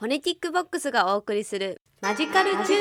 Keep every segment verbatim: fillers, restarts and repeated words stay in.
フォネティックボックスがお送りするマジカルチューニ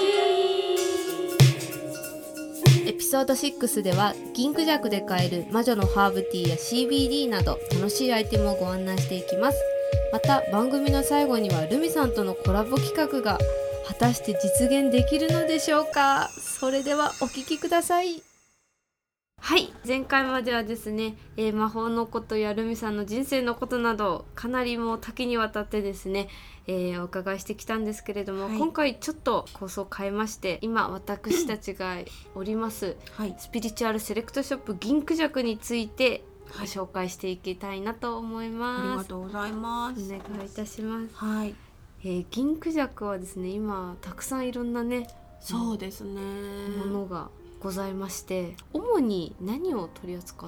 ー。エピソードろくでは銀クジャクで買える魔女のハーブティーや シービーディー など楽しいアイテムをご案内していきます。また番組の最後にはルミさんとのコラボ企画が果たして実現できるのでしょうか。それではお聞きください。はい、前回まではですね、えー、魔法のことやルミさんの人生のことなどかなりもう多岐にわたってですね、えー、お伺いしてきたんですけれども、はい、今回ちょっと構想を変えまして今私たちがおります、はい、スピリチュアルセレクトショップ銀クジャクについてご紹介していきたいなと思います。 ありがとうございます。 お願いいたします。 はい、 えー、銀クジャクはですね今たくさんいろんなねそうですねものがございまして、主に何を取り扱って？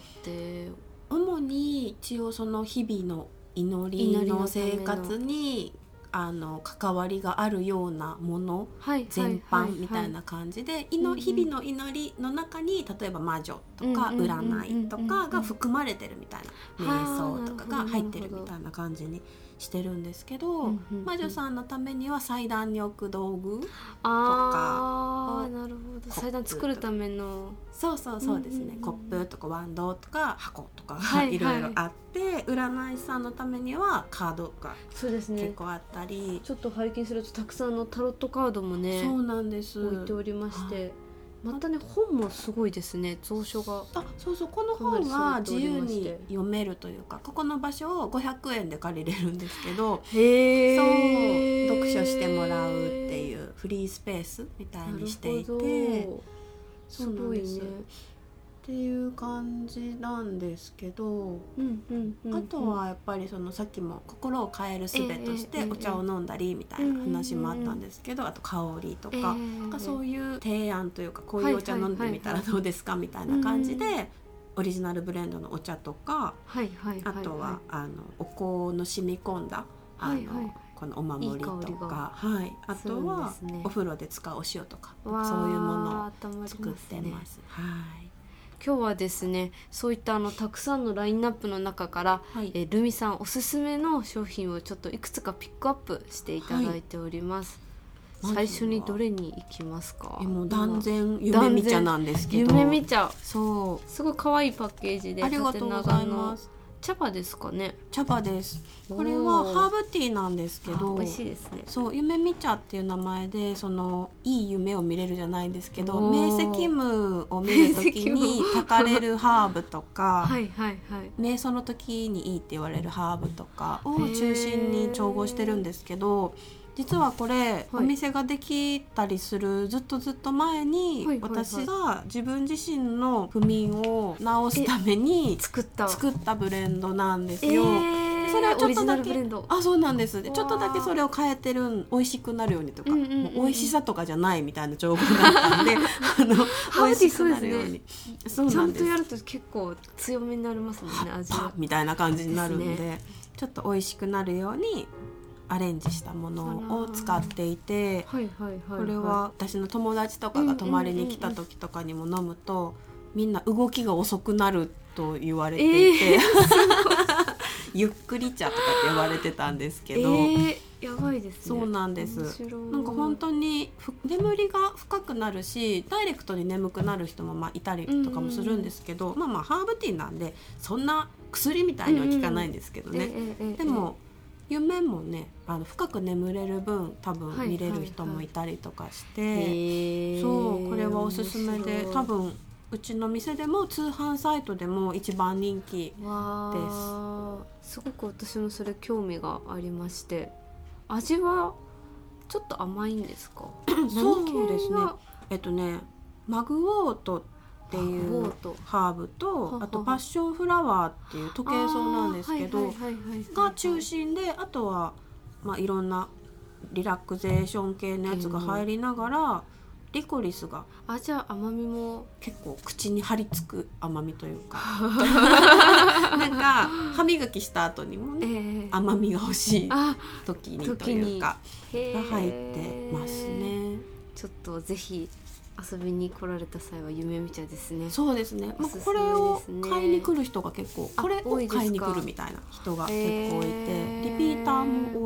主に一応その日々の祈りの生活にあの関わりがあるようなもの、はい、全般みたいな感じで、はいはいはい、日々の祈りの中に例えば魔女とか占いとかが含まれてるみたいな、瞑想とかが入ってるみたいな感じにしてるんですけど、うんうんうん、魔女さんのためには祭壇に置く道具とか、 あーなるほど、祭壇作るためのそうそうそうですね、うんうんうん、コップとかワンドとか箱とかがいろいろあって、はいはい、占い師さんのためにはカードが結構あったり、ね、 ちょっと拝見するとたくさんのタロットカードもね、 そうなんです、 置いておりまして、またね本もすごいですね、蔵書が。 あ、そうそう、この本は自由に読めるというか、ここの場所をごひゃくえんで借りれるんですけど、へそう読書してもらうっていうフリースペースみたいにしていて、 すごいねっていう感じなんですけど、うんうんうんうん、あとはやっぱりそのさっきも心を変える術としてお茶を飲んだりみたいな話もあったんですけど、あと香りとか、えー、なんかそういう提案というか、こういうお茶飲んでみたらどうですかみたいな感じでオリジナルブレンドのお茶とか、はいはいはいはい、あとはあのお香の染み込んだあの、はいはい、このお守りとか、はい、あとは、ね、お風呂で使うお塩とかそういうものを作ってます。はい、 今日はですねそういったあのたくさんのラインナップの中から、はい、えルミさんおすすめの商品をちょっといくつかピックアップしていただいております、はい、最初にどれに行きますか？ えもう断然夢見茶なんですけど、 夢見茶、そうすごい可愛いパッケージで、 ありがとうございます。 茶葉ですかね？ 茶葉です。これはハーブティーなんですけど、 美味しいですね。 そう、夢見茶っていう名前で、そのいい夢を見れるじゃないんですけど、明晰夢を見るときに炊かれるハーブとかはいはい、はい、瞑想の時にいいって言われるハーブとかを中心に調合してるんですけど、実はこれ、はい、お店ができたりするずっとずっと前に、はいはいはい、私が自分自身の不眠を治すために作った、作ったブレンドなんですよ、えー、それをちょっとだけあそうなんですちょっとだけそれを変えてる、美味しくなるようにとか、うんうんうん、もう美味しさとかじゃないみたいな調合だったんであの美味しくなるように、 そうですね、ちゃんとやると結構強めになりますもんね、味がみたいな感じになるん で, で、ね、ちょっと美味しくなるようにアレンジしたものを使っていて、はいはいはいはい、これは私の友達とかが泊まりに来た時とかにも飲むと、うんうんうんうん、みんな動きが遅くなると言われていて、えー、ゆっくり茶とかって呼ばれてたんですけど、えー、やばいですね。 そうなんです。なんか本当に眠りが深くなるし、ダイレクトに眠くなる人もまあいたりとかもするんですけど、うんうん、まあまあハーブティーなんでそんな薬みたいには効かないんですけどね、うんうん、でも夢もね、あの深く眠れる分多分見れる人もいたりとかして、はいはいはい、そうこれはおすすめで、多分うちの店でも通販サイトでも一番人気です。 わすごく私もそれ興味がありまして、味はちょっと甘いんですか？ そうですね、えっとねマグウォートっていうハーブと、あとパッションフラワーっていう時計草なんですけどが中心で、あとはまあいろんなリラクゼーション系のやつが入りながら、リコリスがあじゃあ甘みも結構口に張り付く甘みというかなんか歯磨きした後にもね、えー、甘みが欲しい時にというかが入ってますね。 ちょっとぜひ遊びに来られた際は夢見茶ですね。 そうですね、まあ、これを買いに来る人が結構これを買いに来るみたいな人が結構いて、リピーターも多い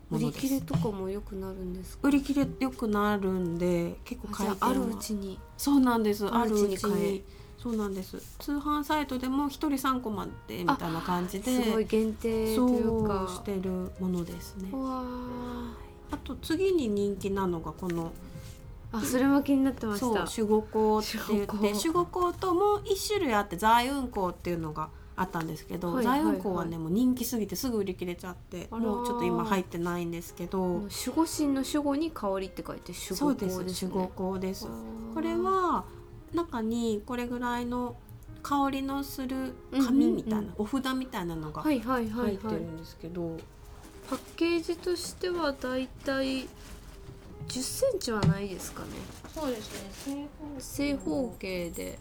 ものです。 売り切れとかも良くなるんですか？ 売り切れ良くなるんで結構回転はあるうちに。 そうなんです。 あるうちに買え。 そうなんです。通販サイトでもひとりさんこまでみたいな感じで、 すごい限定というかそうしてるものですね。 わあと次に人気なのがこの、 あ、それも気になってました。 そう守護香って言って、守護香ともう一種類あって財運香っていうのがあったんですけど、はいはいはい、財運香はねもう人気すぎてすぐ売り切れちゃって、もうちょっと今入ってないんですけど、 守護神の守護に香りって書いて守護香ですね。 そうです、守護香です。これは中にこれぐらいの香りのする紙みたいな、うんうんうん、お札みたいなのが入ってるんですけど、はいはいはいはい、 パッケージとしてはだいたいじゅっセンチはないですかね。 そうですね、 正方形で、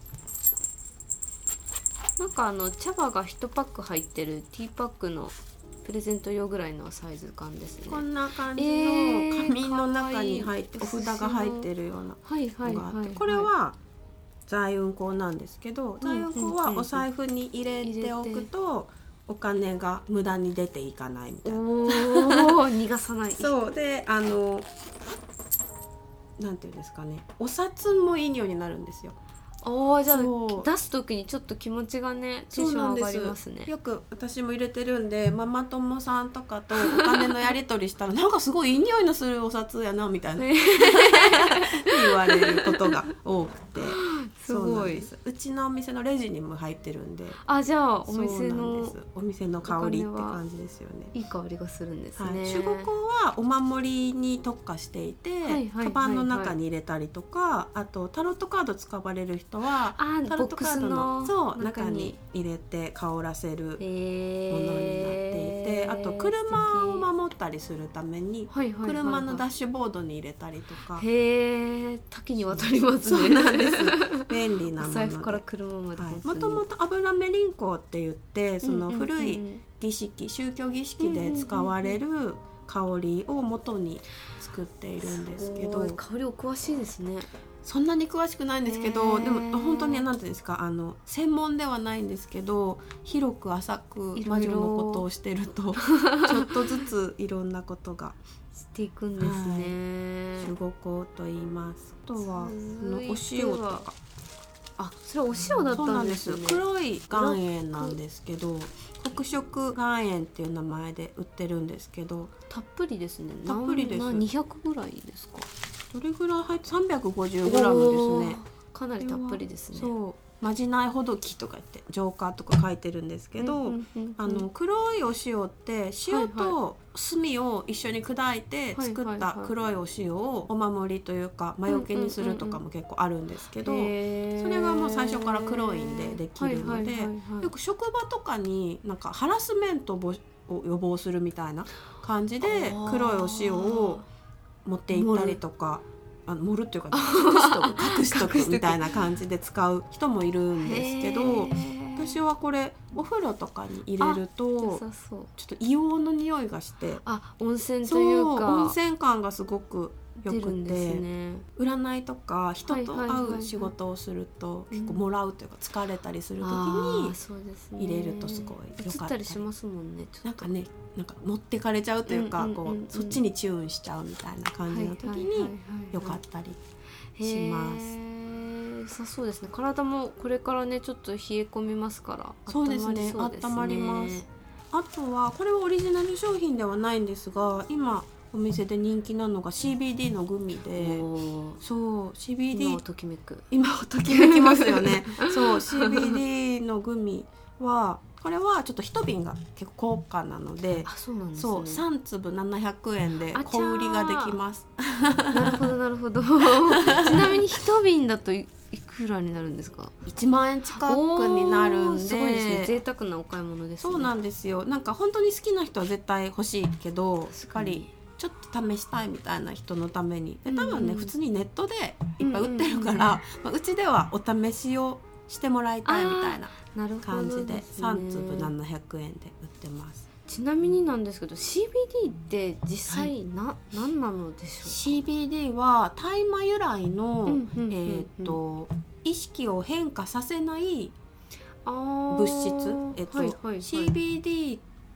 なんかあの茶葉がいちパック入ってるティーパックのプレゼント用ぐらいのサイズ感ですね。 こんな感じの紙の中に入って、えー、お札が入ってるようなのがあって、はいはいはいはい、これは財運香なんですけど、財運香はお財布に入れておくとお金が無駄に出ていかないみたいな。 お逃がさない。 そうで、あのなんていうんですかね、お札もいい匂いになるんですよ。 ああ、じゃあ出す時にちょっと気持ちがね、テンション上がりますね。 よく私も入れてるんで、ママ友さんとかとお金のやり取りしたらなんかすごいいい匂いのするお札やなみたいな言われることが多くてすごい。うちのお店のレジにも入ってるんで、 あ、じゃあお店のお店の香りって感じですよね。 いい香りがするんですね。 はい、守護香はお守りに特化していて、はいはいはいはい、カバンの中に入れたりとか、あとタロットカード使われる人はタロットカードのそう中に入れて香らせるものになっていて、あと車を守ったりするために車のダッシュボードに入れたりとか、 へー、多岐にわたりますね。 そうなんです。便利なもので、 財布から車まで、 もともと油目輪香って言って、その古い儀式、宗教儀式で使われる香りを元に作っているんですけど、 香りお詳しいですね。 そんなに詳しくないんですけど、でも本当に何ていうんですか、あの専門ではないんですけど、広く浅く魔女のことをしてるとちょっとずついろんなことがしていくんですね。 守護香と言います。あとはのお塩とか、 あ、それお塩だったんですね。 黒い岩塩なんですけど、黒色岩塩っていう名前で売ってるんですけど、 たっぷりですね。 たっぷりです。 にひゃくぐらいですか？ どれぐらい入ってさんびゃくごじゅうグラムですね。 かなりたっぷりですね。 そう、まじないほどきとか言ってジョーカーとか書いてるんですけど、うんうんうんうん、あの黒いお塩って塩と炭を一緒に砕いて作った黒いお塩をお守りというか魔除けにするとかも結構あるんですけど、それがもう最初から黒いんでできるので、よく職場とかになんかハラスメントを予防するみたいな感じで黒いお塩を持って行ったりとか、あの盛るっていうか隠しとく隠しとくみたいな感じで使う人もいるんですけど、私はこれお風呂とかに入れるとちょっと硫黄の匂いがして、 あ、温泉というか温泉感がすごくよくて、ね、占いとか人と会う仕事をすると結構もらうというか疲れたりする時に入れるとすごいよかったりしますもんね。 なんかね、なんか持ってかれちゃうというか、こうそっちにチューンしちゃうみたいな感じの時によかったりします。 良さそうですね。体もこれからねちょっと冷え込みますから、 そうですね、温まります。あとはこれはオリジナル商品ではないんですが、今お店で人気なのが シービーディー のグミで、そう シービーディー今をときめく今をときめきますよね。そう シービーディー のグミはこれはちょっと一瓶が結構高価なので、 あ、そうなんですね。 そうさんつぶななひゃくえんで小売りができます。 なるほどなるほど。ちなみに一瓶だといくらになるんですか？ いちまんえん近くになるんで、 すごいですね。贅沢なお買い物ですね。 そうなんですよ。なんか本当に好きな人は絶対欲しいけど、やっぱりちょっと試したいみたいな人のために、で多分ね、うんうん、普通にネットでいっぱい売ってるから、うんうんうん、まあ、うちではお試しをしてもらいたいみたいな感じ で, で、ね、さんつぶななひゃくえんで売ってます。 ちなみになんですけど シービーディー って実際な、はい、何なのでしょうか？ シービーディー は大麻由来の、うんうんうんうん、えー、と意識を変化させない物質、えっとはいはいはい、シービーディー と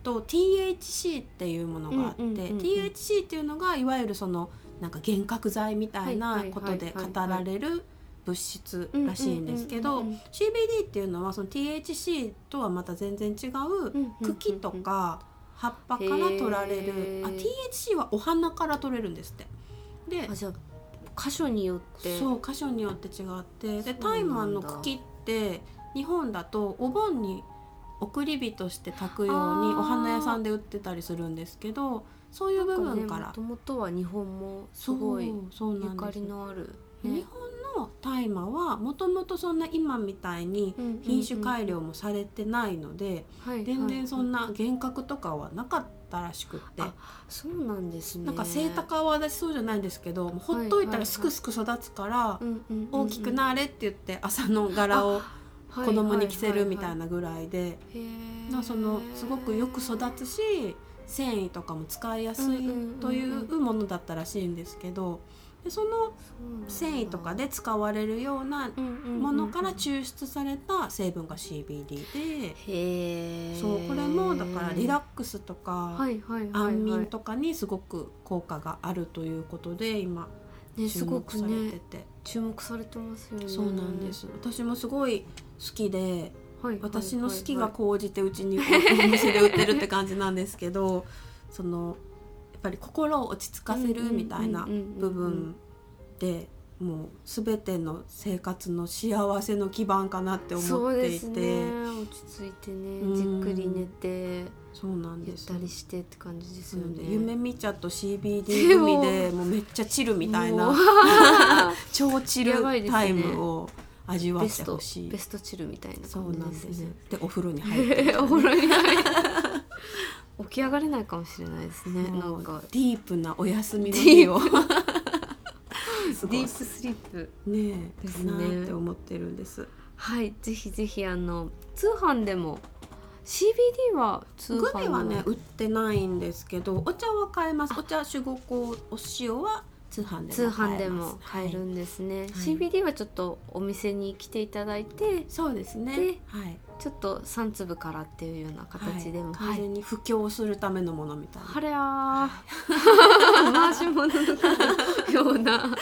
と ティーエイチシー っていうものがあって、うんうんうんうん、ティーエイチシー っていうのがいわゆるそのなんか幻覚剤みたいなことで語られる物質らしいんですけど、 シービーディー っていうのはその ティーエイチシー とはまた全然違う茎とか葉っぱから取られる、あ ティーエイチシー はお花から取れるんですって。 で、あ、じゃあ箇所によって、 そう箇所によって違って、でタイマーの茎って日本だとお盆に送り火として炊くようにお花屋さんで売ってたりするんですけど、そういう部分からもともとは日本もすごいゆかりのある、 ね、日本の大麻はもともとそんな今みたいに品種改良もされてないので、全然そんな幻覚とかはなかったらしくって、 あ、そうなんですね。 なんかセイタカは私そうじゃないんですけど、ほっといたらすくすく育つから大きくなれって言って朝の柄を子供に着せるみたいなぐらいで、そのすごくよく育つし繊維とかも使いやすいというものだったらしいんですけど、でその繊維とかで使われるようなものから抽出された成分が シービーディー で、へー、そうこれもだからリラックスとか、はいはいはいはい、安眠とかにすごく効果があるということで今注目されてて、ね、 注目されてますよね。 そうなんです。私もすごい好きで、はい、私の好きが高じてうちにお店で売ってるって感じなんですけど、そのやっぱり心を落ち着かせるみたいな部分でもう全ての生活の幸せの基盤かなって思っていて、そうですね、 落ち着いてね、じっくり寝て、 そうなんです、 ゆったりしてって感じですよね。 夢見ちゃと シービーディー グミでもうめっちゃチルみたいな超チルタイムを味わってほしい、 ベストチルみたいな感じですね。 そうなんです。でお風呂に入って、ね、 お風呂に入って起き上がれないかもしれないですね。なんかディープなお休みの日をディープスリープねえですねって思ってるんです。 はい、ぜひぜひあの通販でも シービーディー は通販グミはね売ってないんですけど、お茶は買えます。お茶、守護香、お塩は通販でも買えます。 通販でも買えるんですね、はい、シービーディー はちょっとお店に来ていただいて、 そうですね、 で、はい、ちょっとさん粒からっていうような形でも、はい、 完全に布教するためのものみたいな、 はれあー回し物のような、はい、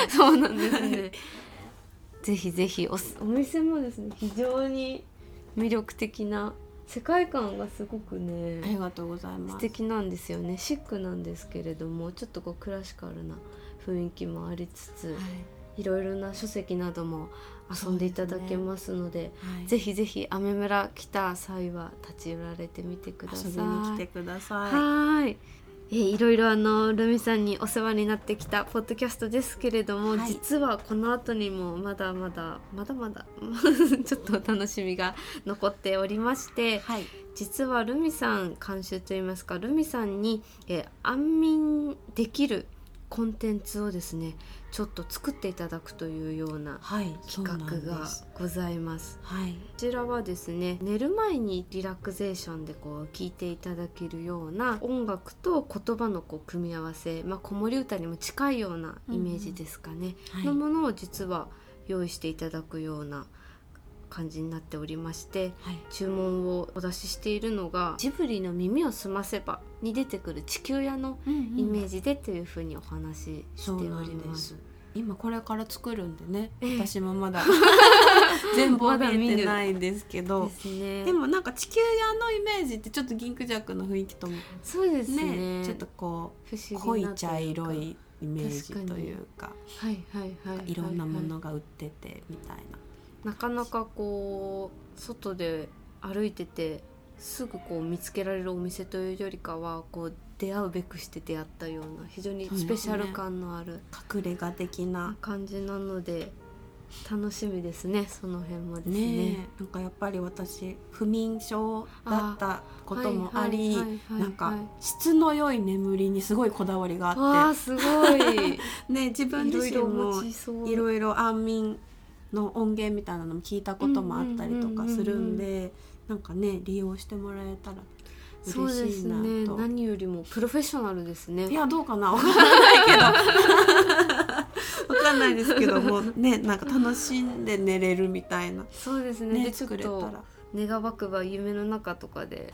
そうなんですねぜひぜひ お, お店もですね非常に魅力的な世界観がすごくね、 ありがとうございます、 素敵なんですよね。シックなんですけれどもちょっとこうクラシカルな雰囲気もありつつ、はい、いろいろな書籍なども遊んでいただけますの で, で、ね、はい、ぜひぜひアメ村来た際は立ち寄られてみてください。 遊びに来てください。 はい、えー、いろいろあのルミさんにお世話になってきたポッドキャストですけれども、はい、実はこの後にもまだまだまだまだちょっと楽しみが残っておりまして、はい、実はルミさん監修といいますかルミさんに、えー、安眠できるコンテンツをですねちょっと作っていただくというような企画がございます。はい、こちらはですね寝る前にリラクゼーションでこう聴いていただけるような音楽と言葉のこう組み合わせ、まあ、子守歌にも近いようなイメージですかね、うん、はい、のものを実は用意していただくような感じになっておりまして、はい、注文をお出ししているのがジブリの耳をすませばに出てくる地球屋のイメージでというふうにお話ししております。 今これから作るんでね、私もまだ全部見えてないんですけどです、ね、でもなんか地球屋のイメージってちょっとギンクジャクの雰囲気とも、ね、 そうですね、 ちょっとこう濃い茶色いイメージというか、はいはいはいはい、いろんなものが売っててみたいな、 なかなかこう外で歩いててすぐこう見つけられるお店というよりかはこう出会うべくして出会ったような非常にスペシャル感のある、ね、 隠れ家的な感じなので楽しみですね。その辺もですね。 ね、なんかやっぱり私不眠症だったこともあり、なんか質の良い眠りにすごいこだわりがあって、 あーすごいね、自分自身もいろいろ安眠の音源みたいなのも聞いたこともあったりとかするんで、なんかね利用してもらえたら嬉しいなと。そうですね、 何よりもプロフェッショナルですね。 いやどうかなわからないけどわかんないですけどもね、なんか楽しんで寝れるみたいな。 そうですね、ね、でちょっと願わくば夢の中とかで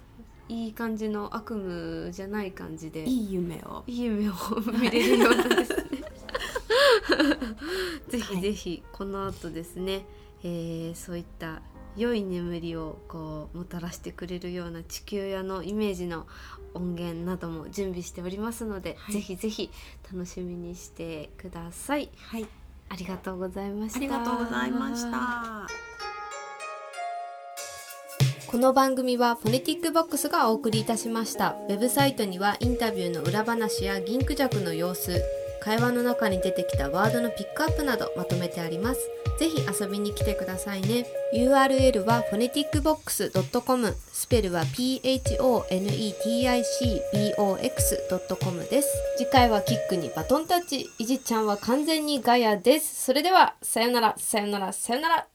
いい感じの悪夢じゃない感じでいい夢をいい夢を見れるようなですねぜひぜひこの後ですね、はい、えー、そういった良い眠りをこうもたらしてくれるような地球屋のイメージの音源なども準備しておりますので、はい、ぜひぜひ楽しみにしてください。 はい、 ありがとうございました。 ありがとうございました。 この番組はフォネティックボックスがお送りいたしました。ウェブサイトにはインタビューの裏話やギンクジャクの様子、会話の中に出てきたワードのピックアップなどまとめてあります。ぜひ遊びに来てくださいね。 ユーアールエル はフォネティックボックス ドットコム、 スペルは ピーエイチオーエヌイーティーアイシービーオーエックス ドットコム です。次回はキックにバトンタッチ、いじちゃんは完全にガヤです。それではさよならさよならさよなら。